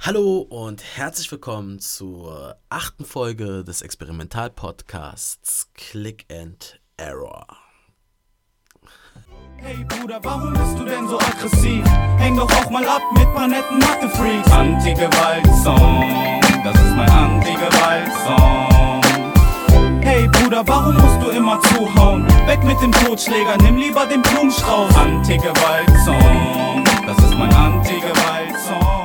Hallo und herzlich willkommen zur 8. Folge des Experimental-Podcasts Click and Error. Hey Bruder, warum bist du denn so aggressiv? Häng doch auch mal ab mit paar netten Mathe-Freaks. Anti-Gewalt-Song, das ist mein Anti-Gewalt-Song. Hey Bruder, warum musst du immer zuhauen? Weg mit dem Totschläger, nimm lieber den Blumenstrauß. Anti-Gewalt-Song, das ist mein Anti-Gewalt-Song.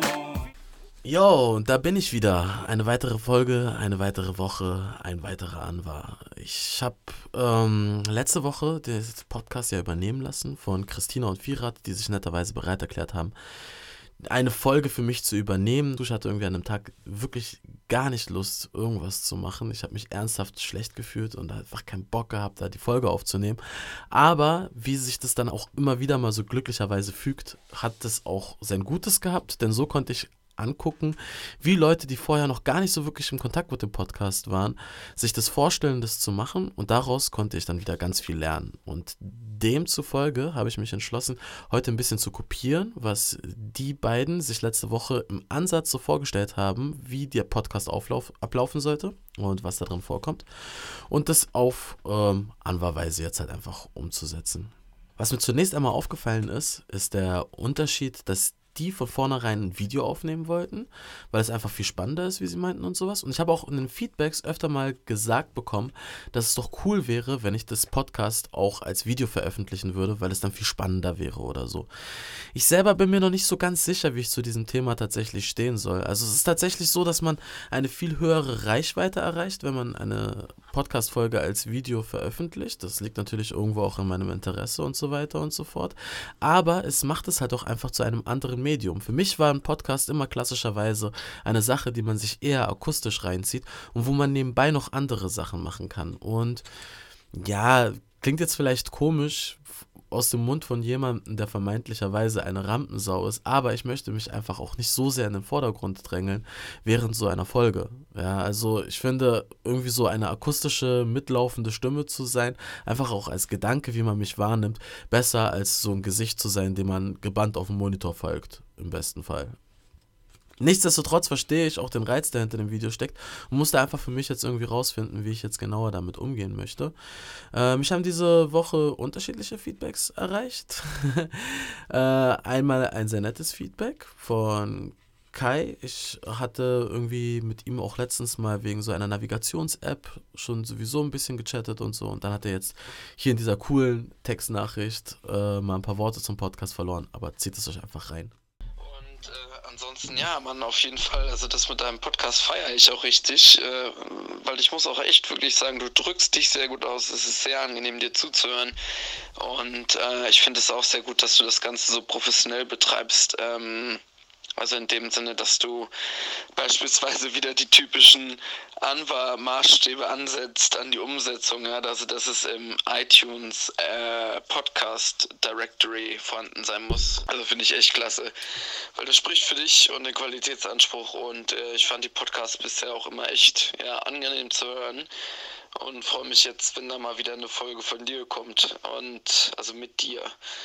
Jo, und da bin ich wieder. Eine weitere Folge, eine weitere Woche, ein weiterer Anwar. Ich habe letzte Woche den Podcast ja übernehmen lassen von Christina und Firat, die sich netterweise bereit erklärt haben, eine Folge für mich zu übernehmen. Ich hatte irgendwie an einem Tag wirklich gar nicht Lust, irgendwas zu machen. Ich habe mich ernsthaft schlecht gefühlt und einfach keinen Bock gehabt, da die Folge aufzunehmen. Aber wie sich das dann auch immer wieder mal so glücklicherweise fügt, hat das auch sein Gutes gehabt, denn so konnte ich angucken, wie Leute, die vorher noch gar nicht so wirklich im Kontakt mit dem Podcast waren, sich das vorstellen, das zu machen, und daraus konnte ich dann wieder ganz viel lernen. Und demzufolge habe ich mich entschlossen, heute ein bisschen zu kopieren, was die beiden sich letzte Woche im Ansatz so vorgestellt haben, wie der Podcast ablaufen sollte und was da drin vorkommt, und das auf Anwahrweise jetzt halt einfach umzusetzen. Was mir zunächst einmal aufgefallen ist der Unterschied, dass die von vornherein ein Video aufnehmen wollten, weil es einfach viel spannender ist, wie sie meinten und sowas. Und ich habe auch in den Feedbacks öfter mal gesagt bekommen, dass es doch cool wäre, wenn ich das Podcast auch als Video veröffentlichen würde, weil es dann viel spannender wäre oder so. Ich selber bin mir noch nicht so ganz sicher, wie ich zu diesem Thema tatsächlich stehen soll. Also es ist tatsächlich so, dass man eine viel höhere Reichweite erreicht, wenn man eine Podcast-Folge als Video veröffentlicht. Das liegt natürlich irgendwo auch in meinem Interesse und so weiter und so fort. Aber es macht es halt auch einfach zu einem anderen Medium. Für mich war ein Podcast immer klassischerweise eine Sache, die man sich eher akustisch reinzieht und wo man nebenbei noch andere Sachen machen kann. Und ja, klingt jetzt vielleicht komisch aus dem Mund von jemandem, der vermeintlicherweise eine Rampensau ist, aber ich möchte mich einfach auch nicht so sehr in den Vordergrund drängeln während so einer Folge. Ja, also ich finde, irgendwie so eine akustische, mitlaufende Stimme zu sein, einfach auch als Gedanke, wie man mich wahrnimmt, besser als so ein Gesicht zu sein, dem man gebannt auf dem Monitor folgt, im besten Fall. Nichtsdestotrotz verstehe ich auch den Reiz, der hinter dem Video steckt, und musste einfach für mich jetzt irgendwie rausfinden, wie ich jetzt genauer damit umgehen möchte. Mich haben diese Woche unterschiedliche Feedbacks erreicht. Einmal ein sehr nettes Feedback von Kai. Ich hatte irgendwie mit ihm auch letztens mal wegen so einer Navigations-App schon sowieso ein bisschen gechattet und so. Und dann hat er jetzt hier in dieser coolen Textnachricht mal ein paar Worte zum Podcast verloren. Aber zieht es euch einfach rein. Und ansonsten, ja, Mann, auf jeden Fall, also das mit deinem Podcast feiere ich auch richtig, weil ich muss auch echt wirklich sagen, du drückst dich sehr gut aus, es ist sehr angenehm, dir zuzuhören, und ich finde es auch sehr gut, dass du das Ganze so professionell betreibst, also in dem Sinne, dass du beispielsweise wieder die typischen Anwar-Maßstäbe ansetzt an die Umsetzung, ja, also dass es im iTunes Podcast Directory vorhanden sein muss. Also finde ich echt klasse, weil das spricht für dich und den Qualitätsanspruch, und ich fand die Podcasts bisher auch immer echt angenehm zu hören, und freue mich jetzt, wenn da mal wieder eine Folge von dir kommt, und also mit dir.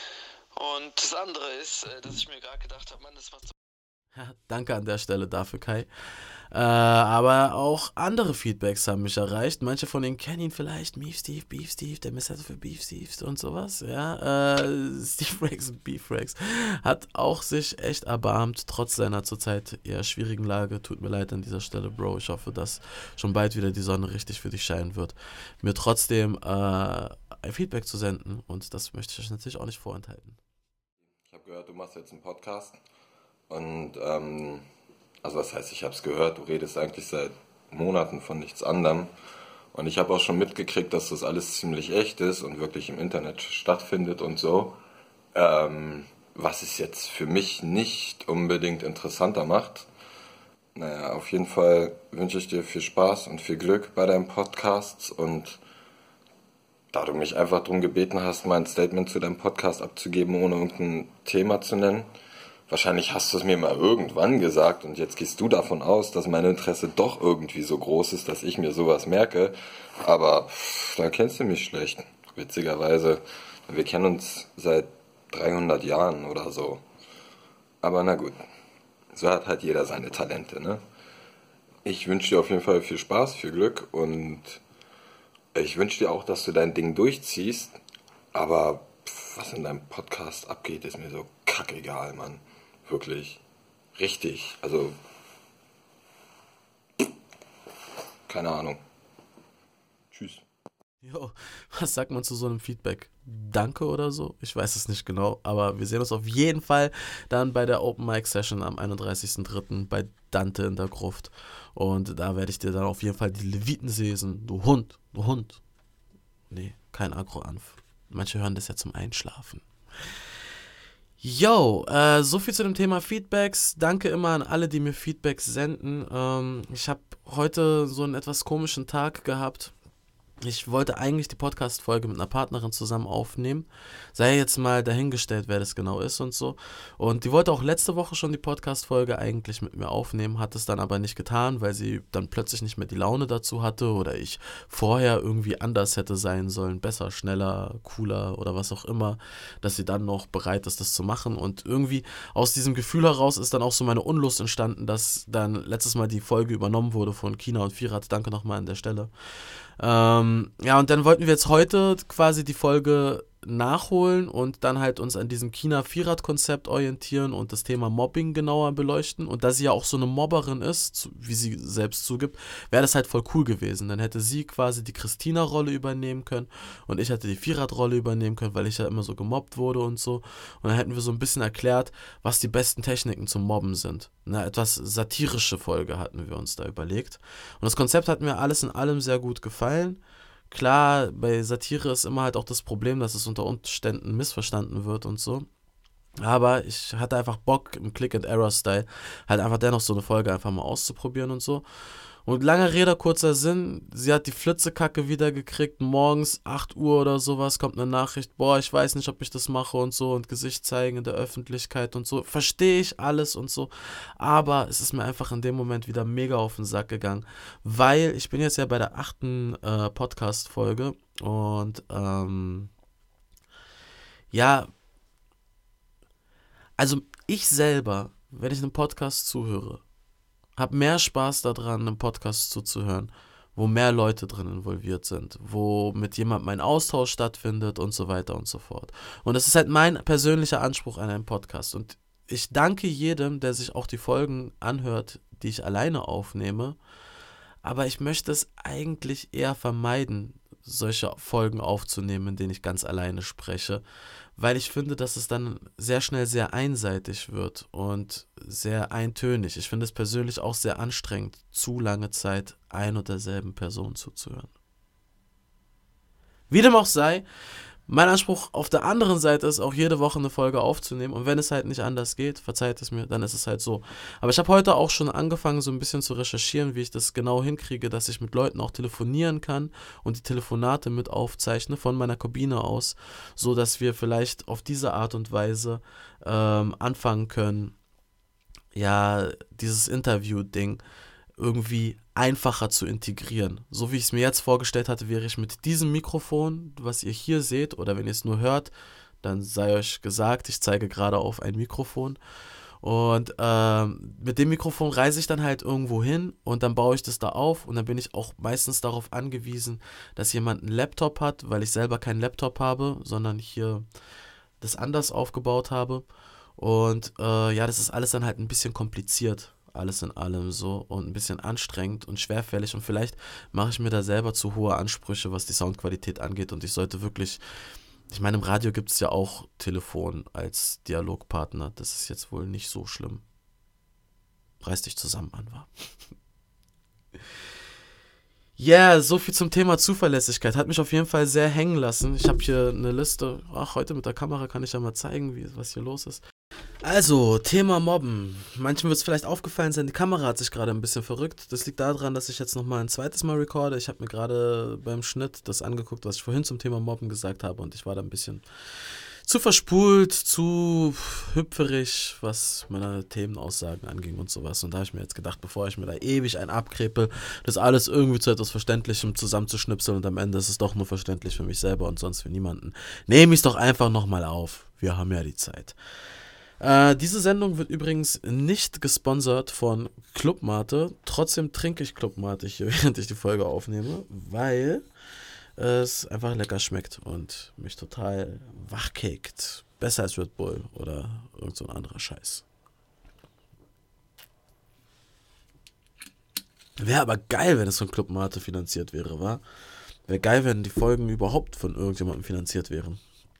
Und das andere ist, dass ich mir gerade gedacht habe, Mann, das war so. Ja, danke an der Stelle dafür, Kai. Aber auch andere Feedbacks haben mich erreicht. Manche von ihnen kennen ihn vielleicht. Beef Steve, der Mr. für Beef Steve und sowas. Ja, Steve Rex und Beef Rex hat auch sich echt erbarmt, trotz seiner zurzeit eher schwierigen Lage. Tut mir leid an dieser Stelle, Bro. Ich hoffe, dass schon bald wieder die Sonne richtig für dich scheinen wird. Mir trotzdem ein Feedback zu senden, und das möchte ich euch natürlich auch nicht vorenthalten. Ich habe gehört, du machst jetzt einen Podcast. Und, also was heißt, ich habe es gehört, du redest eigentlich seit Monaten von nichts anderem. Und ich habe auch schon mitgekriegt, dass das alles ziemlich echt ist und wirklich im Internet stattfindet und so. Was es jetzt für mich nicht unbedingt interessanter macht. Naja, auf jeden Fall wünsche ich dir viel Spaß und viel Glück bei deinen Podcasts. Und da du mich einfach darum gebeten hast, mal ein Statement zu deinem Podcast abzugeben, ohne irgendein Thema zu nennen, wahrscheinlich hast du es mir mal irgendwann gesagt, und jetzt gehst du davon aus, dass mein Interesse doch irgendwie so groß ist, dass ich mir sowas merke. Aber da kennst du mich schlecht, witzigerweise. Wir kennen uns seit 300 Jahren oder so. Aber na gut, So hat halt jeder seine Talente, ne? Ich wünsche dir auf jeden Fall viel Spaß, viel Glück und ich wünsche dir auch, dass du dein Ding durchziehst, aber was in deinem Podcast abgeht, ist mir so kackegal, Mann. Wirklich. Richtig. Also, keine Ahnung. Tschüss. Jo, was sagt man zu so einem Feedback? Danke oder so? Ich weiß es nicht genau, aber wir sehen uns auf jeden Fall dann bei der Open Mic Session am 31.03. bei Dante in der Gruft. Und da werde ich dir dann auf jeden Fall die Leviten lesen. Du Hund, du Hund. Nee, kein Agro-Anf. Manche hören das ja zum Einschlafen. Yo, so viel zu dem Thema Feedbacks. Danke immer an alle, die mir Feedbacks senden. Ich habe heute so einen etwas komischen Tag gehabt. Ich wollte eigentlich die Podcast-Folge mit einer Partnerin zusammen aufnehmen. Sei jetzt mal dahingestellt, wer das genau ist und so. Und die wollte auch letzte Woche schon die Podcast-Folge eigentlich mit mir aufnehmen, hat es dann aber nicht getan, weil sie dann plötzlich nicht mehr die Laune dazu hatte oder ich vorher irgendwie anders hätte sein sollen, besser, schneller, cooler oder was auch immer, dass sie dann noch bereit ist, das zu machen. Und irgendwie aus diesem Gefühl heraus ist dann auch so meine Unlust entstanden, dass dann letztes Mal die Folge übernommen wurde von Kina und Firat. Danke nochmal an der Stelle. Ja, und dann wollten wir jetzt heute quasi die Folge nachholen und dann halt uns an diesem Kina-Firat-Konzept orientieren und das Thema Mobbing genauer beleuchten. Und da sie ja auch so eine Mobberin ist, wie sie selbst zugibt, wäre das halt voll cool gewesen. Dann hätte sie quasi die Christina-Rolle übernehmen können und ich hätte die Firat-Rolle übernehmen können, weil ich ja immer so gemobbt wurde und so. Und dann hätten wir so ein bisschen erklärt, was die besten Techniken zum Mobben sind. Eine etwas satirische Folge hatten wir uns da überlegt. Und das Konzept hat mir alles in allem sehr gut gefallen. Klar, bei Satire ist immer halt auch das Problem, dass es unter Umständen missverstanden wird und so. Aber ich hatte einfach Bock, im Click-and-Error-Style halt einfach dennoch so eine Folge einfach mal auszuprobieren und so. Und langer Rede, kurzer Sinn, sie hat die Flitzekacke wieder gekriegt, morgens 8 Uhr oder sowas, kommt eine Nachricht, boah, ich weiß nicht, ob ich das mache und so und Gesicht zeigen in der Öffentlichkeit und so, verstehe ich alles und so, aber es ist mir einfach in dem Moment wieder mega auf den Sack gegangen, weil ich bin jetzt ja bei der 8. Podcast-Folge und ja, also ich selber, wenn ich einem Podcast zuhöre, habe mehr Spaß daran, einem Podcast zuzuhören, wo mehr Leute drin involviert sind, wo mit jemandem ein Austausch stattfindet und so weiter und so fort. Und das ist halt mein persönlicher Anspruch an einen Podcast. Und ich danke jedem, der sich auch die Folgen anhört, die ich alleine aufnehme. Aber ich möchte es eigentlich eher vermeiden, solche Folgen aufzunehmen, in denen ich ganz alleine spreche, weil ich finde, dass es dann sehr schnell sehr einseitig wird und sehr eintönig. Ich finde es persönlich auch sehr anstrengend, zu lange Zeit ein und derselben Person zuzuhören. Wie dem auch sei, mein Anspruch auf der anderen Seite ist, auch jede Woche eine Folge aufzunehmen. Und wenn es halt nicht anders geht, verzeiht es mir, dann ist es halt so. Aber ich habe heute auch schon angefangen, so ein bisschen zu recherchieren, wie ich das genau hinkriege, dass ich mit Leuten auch telefonieren kann und die Telefonate mit aufzeichne von meiner Kabine aus, so dass wir vielleicht auf diese Art und Weise anfangen können, ja, dieses Interview-Ding irgendwie einfacher zu integrieren. So wie ich es mir jetzt vorgestellt hatte, wäre ich mit diesem Mikrofon, was ihr hier seht, oder wenn ihr es nur hört, dann sei euch gesagt, ich zeige gerade auf ein Mikrofon. Und mit dem Mikrofon reise ich dann halt irgendwo hin und dann baue ich das da auf und dann bin ich auch meistens darauf angewiesen, dass jemand einen Laptop hat, weil ich selber keinen Laptop habe, sondern hier das anders aufgebaut habe. Und ja, das ist alles dann halt ein bisschen kompliziert. Alles in allem so und ein bisschen anstrengend und schwerfällig und vielleicht mache ich mir da selber zu hohe Ansprüche, was die Soundqualität angeht und ich sollte wirklich, ich meine, im Radio gibt es ja auch Telefon als Dialogpartner, das ist jetzt wohl nicht so schlimm. Reiß dich zusammen, Anwar. Ja, yeah, so viel zum Thema Zuverlässigkeit. Hat mich auf jeden Fall sehr hängen lassen. Ich habe hier eine Liste. Ach, heute mit der Kamera kann ich ja mal zeigen, was hier los ist. Also, Thema Mobben. Manchen wird es vielleicht aufgefallen sein, die Kamera hat sich gerade ein bisschen verrückt. Das liegt daran, dass ich jetzt nochmal ein zweites Mal recorde. Ich habe mir gerade beim Schnitt das angeguckt, was ich vorhin zum Thema Mobben gesagt habe. Und ich war da ein bisschen zu verspult, zu hüpferig, was meine Themenaussagen anging und sowas. Und da habe ich mir jetzt gedacht, bevor ich mir da ewig einen abkrepel, das alles irgendwie zu etwas Verständlichem zusammenzuschnipseln und am Ende ist es doch nur verständlich für mich selber und sonst für niemanden, nehme ich es doch einfach nochmal auf. Wir haben ja die Zeit. Diese Sendung wird übrigens nicht gesponsert von Clubmate. Trotzdem trinke ich Clubmate hier, während ich die Folge aufnehme, weil es einfach lecker schmeckt und mich total wachkickt. Besser als Red Bull oder irgend so ein anderer Scheiß. Wäre aber geil, wenn es von Clubmate finanziert wäre, wa? Wäre geil, wenn die Folgen überhaupt von irgendjemandem finanziert wären.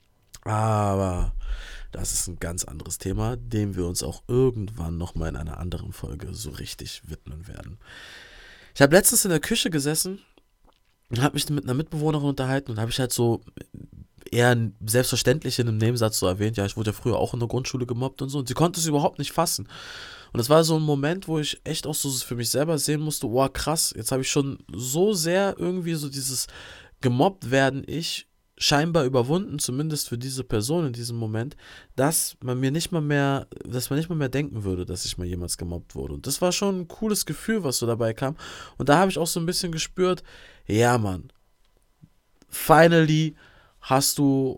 Aber das ist ein ganz anderes Thema, dem wir uns auch irgendwann nochmal in einer anderen Folge so richtig widmen werden. Ich habe letztens in der Küche gesessen und habe mich mit einer Mitbewohnerin unterhalten und habe ich halt so eher selbstverständlich in einem Nebensatz so erwähnt, ja, ich wurde ja früher auch in der Grundschule gemobbt und so, und sie konnte es überhaupt nicht fassen. Und es war so ein Moment, wo ich echt auch so für mich selber sehen musste, wow, krass, jetzt habe ich schon so sehr irgendwie so dieses gemobbt werden ich scheinbar überwunden, zumindest für diese Person in diesem Moment, dass man nicht mal mehr denken würde, dass ich mal jemals gemobbt wurde. Und das war schon ein cooles Gefühl, was so dabei kam. Und da habe ich auch so ein bisschen gespürt, ja, Mann, finally hast du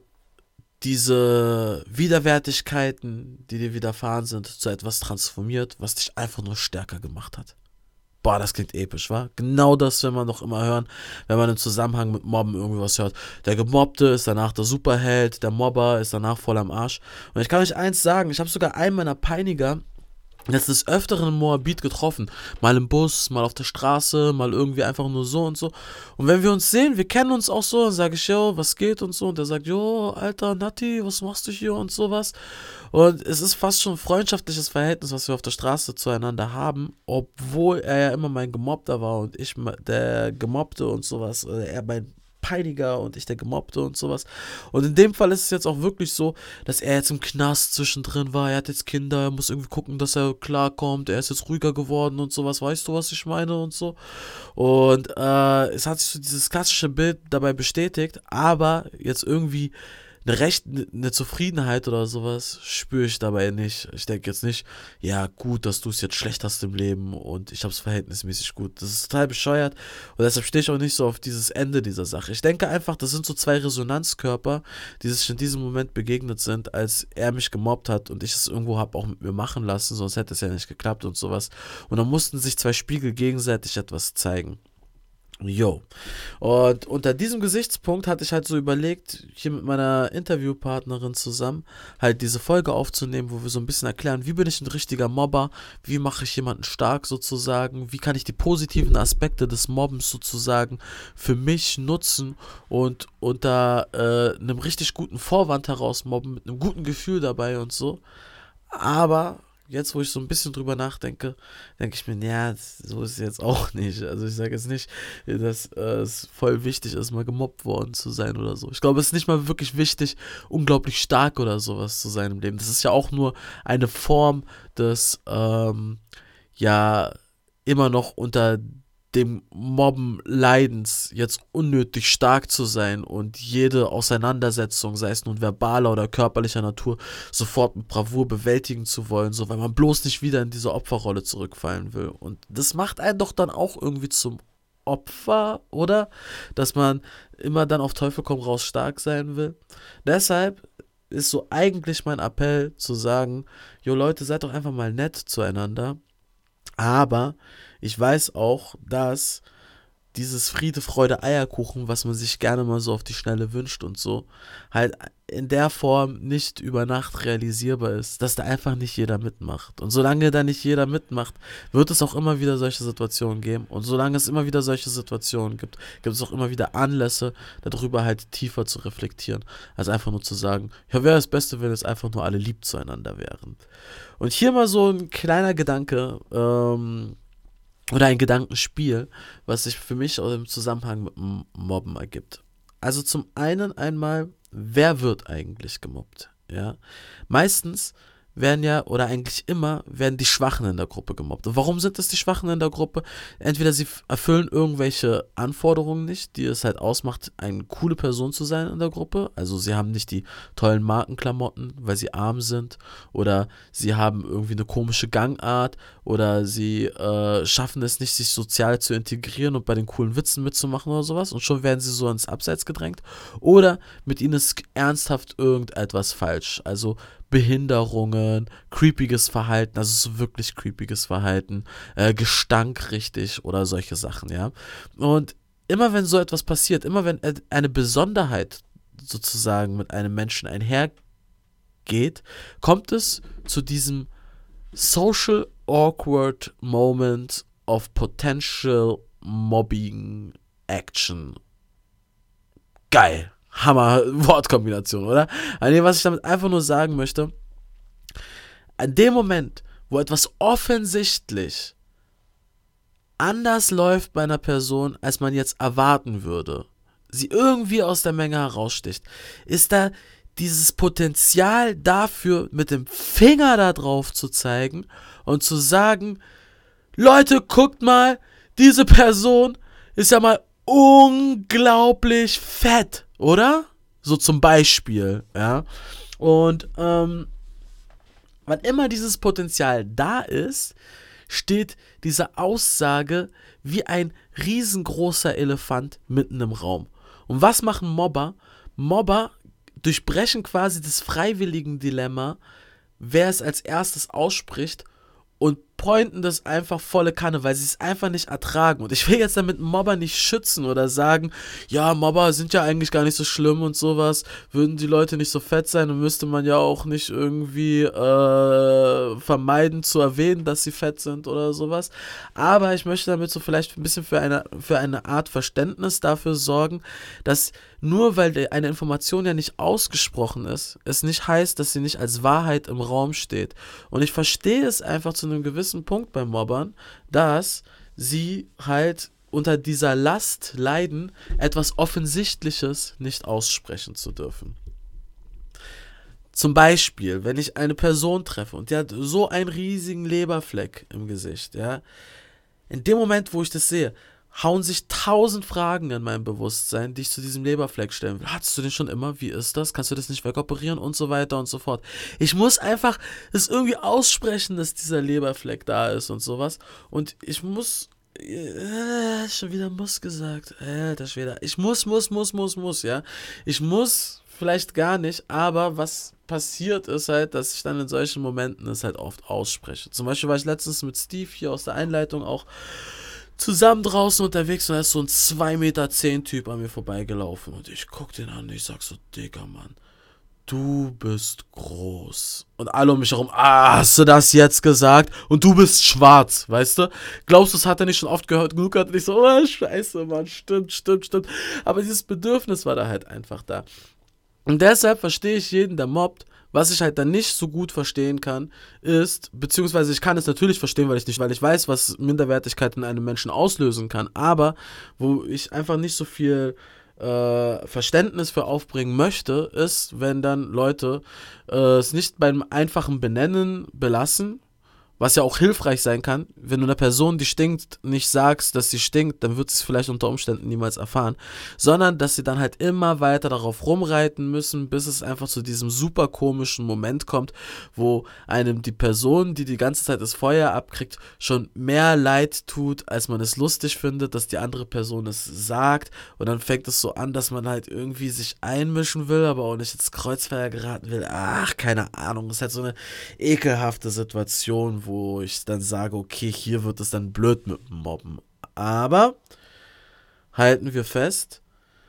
diese Widerwärtigkeiten, die dir widerfahren sind, zu etwas transformiert, was dich einfach nur stärker gemacht hat. Boah, das klingt episch, wa? Genau das will man doch immer hören, wenn man im Zusammenhang mit Mobben irgendwie was hört. Der Gemobbte ist danach der Superheld, der Mobber ist danach voll am Arsch. Und ich kann euch eins sagen, ich habe sogar einen meiner Peiniger jetzt des Öfteren in Moabit getroffen. Mal im Bus, mal auf der Straße, mal irgendwie einfach nur so und so. Und wenn wir uns sehen, wir kennen uns auch so, dann sage ich, yo, was geht und so. Und der sagt, yo, Alter, Natti, was machst du hier und sowas. Und es ist fast schon ein freundschaftliches Verhältnis, was wir auf der Straße zueinander haben, obwohl er ja immer mein Gemobbter war und ich der Gemobbte und sowas. Er mein Peiniger und ich der Gemobbte und sowas. Und in dem Fall ist es jetzt auch wirklich so, dass er jetzt im Knast zwischendrin war, er hat jetzt Kinder, er muss irgendwie gucken, dass er klarkommt, er ist jetzt ruhiger geworden und sowas, weißt du, was ich meine und so. Und es hat sich so dieses klassische Bild dabei bestätigt, aber jetzt irgendwie eine Zufriedenheit oder sowas spüre ich dabei nicht. Ich denke jetzt nicht, ja gut, dass du es jetzt schlecht hast im Leben und ich habe es verhältnismäßig gut. Das ist total bescheuert und deshalb stehe ich auch nicht so auf dieses Ende dieser Sache. Ich denke einfach, das sind so zwei Resonanzkörper, die sich in diesem Moment begegnet sind, als er mich gemobbt hat und ich es irgendwo habe auch mit mir machen lassen, sonst hätte es ja nicht geklappt und sowas. Und dann mussten sich zwei Spiegel gegenseitig etwas zeigen. Jo. Und unter diesem Gesichtspunkt hatte ich halt so überlegt, hier mit meiner Interviewpartnerin zusammen halt diese Folge aufzunehmen, wo wir so ein bisschen erklären, wie bin ich ein richtiger Mobber, wie mache ich jemanden stark sozusagen, wie kann ich die positiven Aspekte des Mobbens sozusagen für mich nutzen und unter einem richtig guten Vorwand heraus mobben, mit einem guten Gefühl dabei und so. Aber jetzt, wo ich so ein bisschen drüber nachdenke, denke ich mir, ja, so ist es jetzt auch nicht. Also ich sage jetzt nicht, dass es voll wichtig ist, mal gemobbt worden zu sein oder so. Ich glaube, es ist nicht mal wirklich wichtig, unglaublich stark oder sowas zu sein im Leben. Das ist ja auch nur eine Form des, ja, immer noch unter dem Mobben Leidens jetzt unnötig stark zu sein und jede Auseinandersetzung, sei es nun verbaler oder körperlicher Natur, sofort mit Bravour bewältigen zu wollen, so weil man bloß nicht wieder in diese Opferrolle zurückfallen will. Und das macht einen doch dann auch irgendwie zum Opfer, oder? Dass man immer dann auf Teufel komm raus stark sein will. Deshalb ist so eigentlich mein Appell zu sagen, jo Leute, seid doch einfach mal nett zueinander. Aber ich weiß auch, dass dieses Friede, Freude, Eierkuchen, was man sich gerne mal so auf die Schnelle wünscht und so, halt in der Form nicht über Nacht realisierbar ist, dass da einfach nicht jeder mitmacht. Und solange da nicht jeder mitmacht, wird es auch immer wieder solche Situationen geben. Und solange es immer wieder solche Situationen gibt, gibt es auch immer wieder Anlässe, darüber halt tiefer zu reflektieren, als einfach nur zu sagen, ja, wäre das Beste, wenn es einfach nur alle lieb zueinander wären. Und hier mal so ein kleiner Gedanke, oder ein Gedankenspiel, was sich für mich auch im Zusammenhang mit dem Mobben ergibt. Also zum einen einmal, wer wird eigentlich gemobbt? Ja, meistens werden ja, oder eigentlich immer, werden die Schwachen in der Gruppe gemobbt. Und warum sind es die Schwachen in der Gruppe? Entweder sie erfüllen irgendwelche Anforderungen nicht, die es halt ausmacht, eine coole Person zu sein in der Gruppe. Also sie haben nicht die tollen Markenklamotten, weil sie arm sind. Oder sie haben irgendwie eine komische Gangart. oder sie schaffen es nicht, sich sozial zu integrieren und bei den coolen Witzen mitzumachen oder sowas und schon werden sie so ins Abseits gedrängt. Oder mit ihnen ist ernsthaft irgendetwas falsch, also Behinderungen, creepiges Verhalten, also so wirklich creepiges Verhalten, Gestank richtig oder solche Sachen, ja. Und immer wenn so etwas passiert, immer wenn eine Besonderheit sozusagen mit einem Menschen einhergeht, kommt es zu diesem social awkward moment of potential mobbing action. Geil. Hammer Wortkombination, oder? Also, was ich damit einfach nur sagen möchte, an dem Moment, wo etwas offensichtlich anders läuft bei einer Person, als man jetzt erwarten würde, sie irgendwie aus der Menge heraussticht, ist da dieses Potenzial dafür, mit dem Finger da drauf zu zeigen und zu sagen, Leute, guckt mal, diese Person ist ja mal unglaublich fett, oder? So zum Beispiel, ja. Und wann immer dieses Potenzial da ist, steht diese Aussage wie ein riesengroßer Elefant mitten im Raum. Und was machen Mobber? Mobber durchbrechen quasi das freiwilligen Dilemma, wer es als erstes ausspricht, und pointen das einfach volle Kanne, weil sie es einfach nicht ertragen. Und ich will jetzt damit Mobber nicht schützen oder sagen, ja, Mobber sind ja eigentlich gar nicht so schlimm und sowas, würden die Leute nicht so fett sein, dann müsste man ja auch nicht irgendwie vermeiden zu erwähnen, dass sie fett sind oder sowas. Aber ich möchte damit so vielleicht ein bisschen für eine Art Verständnis dafür sorgen, dass nur weil eine Information ja nicht ausgesprochen ist, es nicht heißt, dass sie nicht als Wahrheit im Raum steht. Und ich verstehe es einfach zu einem gewissen Punkt bei Mobbern, dass sie halt unter dieser Last leiden, etwas Offensichtliches nicht aussprechen zu dürfen. Zum Beispiel, wenn ich eine Person treffe und die hat so einen riesigen Leberfleck im Gesicht, ja, in dem Moment, wo ich das sehe, hauen sich 1000 Fragen in meinem Bewusstsein, die ich zu diesem Leberfleck stellen will. Hattest du den schon immer? Wie ist das? Kannst du das nicht wegoperieren? Und so weiter und so fort. Ich muss einfach es irgendwie aussprechen, dass dieser Leberfleck da ist und sowas. Und ich muss... schon wieder muss gesagt. Alter Schwede. Ich muss, ja. Ich muss vielleicht gar nicht, aber was passiert ist halt, dass ich dann in solchen Momenten es halt oft ausspreche. Zum Beispiel war ich letztens mit Steve hier aus der Einleitung auch zusammen draußen unterwegs und da ist so ein 2,10 Meter Typ an mir vorbeigelaufen und ich guck den an und ich sag so, Digga, Mann, du bist groß. Und alle um mich herum, hast du das jetzt gesagt? Und du bist schwarz, weißt du? Glaubst du, das hat er nicht schon oft gehört? Genug hat er nicht so, scheiße, Mann, stimmt. Aber dieses Bedürfnis war da halt einfach da. Und deshalb verstehe ich jeden, der mobbt. Was ich halt dann nicht so gut verstehen kann, ist, beziehungsweise ich kann es natürlich verstehen, weil ich weiß, was Minderwertigkeit in einem Menschen auslösen kann, aber wo ich einfach nicht so viel Verständnis für aufbringen möchte, ist, wenn dann Leute es nicht beim einfachen Benennen belassen, was ja auch hilfreich sein kann. Wenn du einer Person, die stinkt, nicht sagst, dass sie stinkt, dann wird sie es vielleicht unter Umständen niemals erfahren. Sondern, dass sie dann halt immer weiter darauf rumreiten müssen, bis es einfach zu diesem super komischen Moment kommt, wo einem die Person, die die ganze Zeit das Feuer abkriegt, schon mehr leid tut, als man es lustig findet, dass die andere Person es sagt. Und dann fängt es so an, dass man halt irgendwie sich einmischen will, aber auch nicht ins Kreuzfeuer geraten will. Ach, keine Ahnung. Es ist halt so eine ekelhafte Situation, wo ich dann sage, okay, hier wird es dann blöd mit dem Mobben. Aber halten wir fest,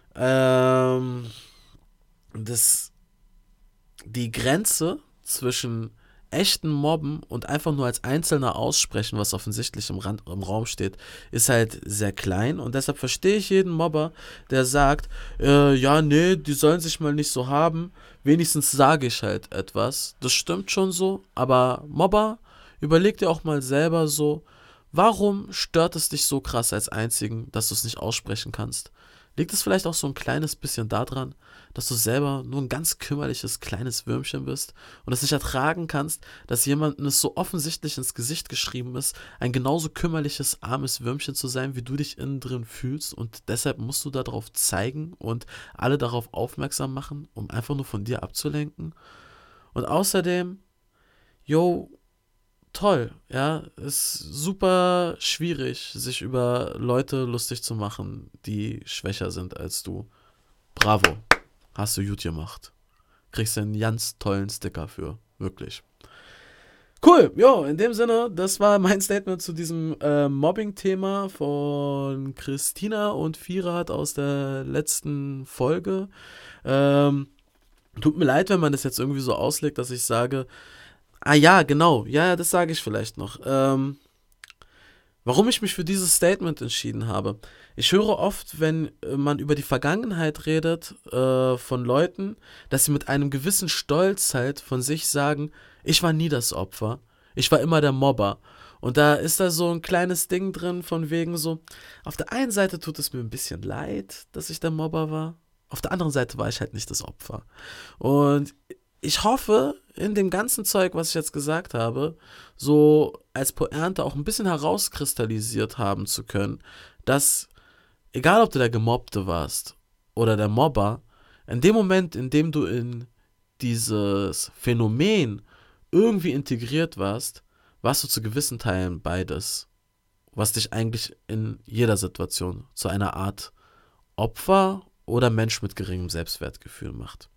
die Grenze zwischen echten Mobben und einfach nur als Einzelner aussprechen, was offensichtlich im Raum steht, ist halt sehr klein. Und deshalb verstehe ich jeden Mobber, der sagt, ja, nee, die sollen sich mal nicht so haben. Wenigstens sage ich halt etwas. Das stimmt schon so, aber Mobber, überleg dir auch mal selber so, warum stört es dich so krass als Einzigen, dass du es nicht aussprechen kannst? Liegt es vielleicht auch so ein kleines bisschen daran, dass du selber nur ein ganz kümmerliches kleines Würmchen bist und es nicht ertragen kannst, dass jemandem es so offensichtlich ins Gesicht geschrieben ist, ein genauso kümmerliches, armes Würmchen zu sein, wie du dich innen drin fühlst, und deshalb musst du darauf zeigen und alle darauf aufmerksam machen, um einfach nur von dir abzulenken? Und außerdem, toll, ja. Ist super schwierig, sich über Leute lustig zu machen, die schwächer sind als du. Bravo, hast du gut gemacht. Kriegst du einen ganz tollen Sticker für, wirklich. Cool, jo, in dem Sinne, das war mein Statement zu diesem Mobbing-Thema von Christina und Firat aus der letzten Folge. Tut mir leid, wenn man das jetzt irgendwie so auslegt, dass ich sage, ja, genau, ja, das sage ich vielleicht noch. Warum ich mich für dieses Statement entschieden habe. Ich höre oft, wenn man über die Vergangenheit redet von Leuten, dass sie mit einem gewissen Stolz halt von sich sagen, ich war nie das Opfer, ich war immer der Mobber. Und da ist da so ein kleines Ding drin von wegen so, auf der einen Seite tut es mir ein bisschen leid, dass ich der Mobber war, auf der anderen Seite war ich halt nicht das Opfer. Und ich hoffe, in dem ganzen Zeug, was ich jetzt gesagt habe, so als Pointe auch ein bisschen herauskristallisiert haben zu können, dass, egal ob du der Gemobbte warst oder der Mobber, in dem Moment, in dem du in dieses Phänomen irgendwie integriert warst, warst du zu gewissen Teilen beides, was dich eigentlich in jeder Situation zu einer Art Opfer oder Mensch mit geringem Selbstwertgefühl macht.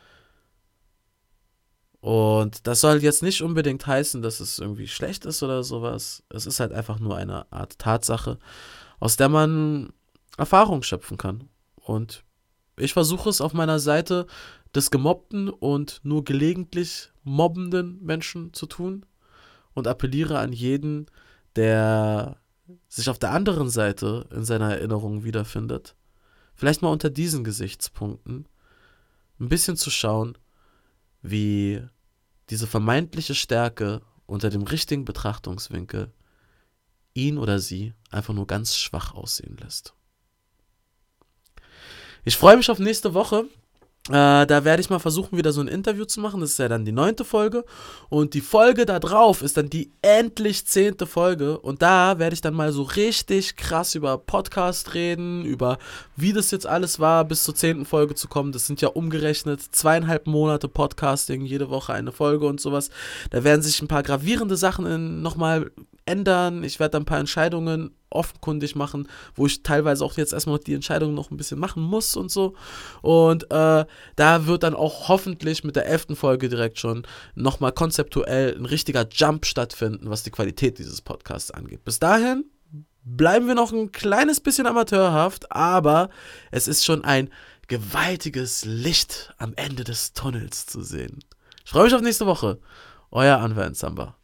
Und das soll jetzt nicht unbedingt heißen, dass es irgendwie schlecht ist oder sowas. Es ist halt einfach nur eine Art Tatsache, aus der man Erfahrung schöpfen kann. Und ich versuche es auf meiner Seite des gemobbten und nur gelegentlich mobbenden Menschen zu tun und appelliere an jeden, der sich auf der anderen Seite in seiner Erinnerung wiederfindet, vielleicht mal unter diesen Gesichtspunkten ein bisschen zu schauen, wie diese vermeintliche Stärke unter dem richtigen Betrachtungswinkel ihn oder sie einfach nur ganz schwach aussehen lässt. Ich freue mich auf nächste Woche. Da werde ich mal versuchen, wieder so ein Interview zu machen. Das ist ja dann die 9. Folge. Und die Folge da drauf ist dann die endlich 10. Folge. Und da werde ich dann mal so richtig krass über Podcast reden, über wie das jetzt alles war, bis zur 10. Folge zu kommen. Das sind ja umgerechnet 2,5 Monate Podcasting, jede Woche eine Folge und sowas. Da werden sich ein paar gravierende Sachen nochmal ändern. Ich werde dann ein paar Entscheidungen offenkundig machen, wo ich teilweise auch jetzt erstmal die Entscheidungen noch ein bisschen machen muss und so. Und da wird dann auch hoffentlich mit der 11. Folge direkt schon nochmal konzeptuell ein richtiger Jump stattfinden, was die Qualität dieses Podcasts angeht. Bis dahin bleiben wir noch ein kleines bisschen amateurhaft, aber es ist schon ein gewaltiges Licht am Ende des Tunnels zu sehen. Ich freue mich auf nächste Woche. Euer Anwar Nsamba.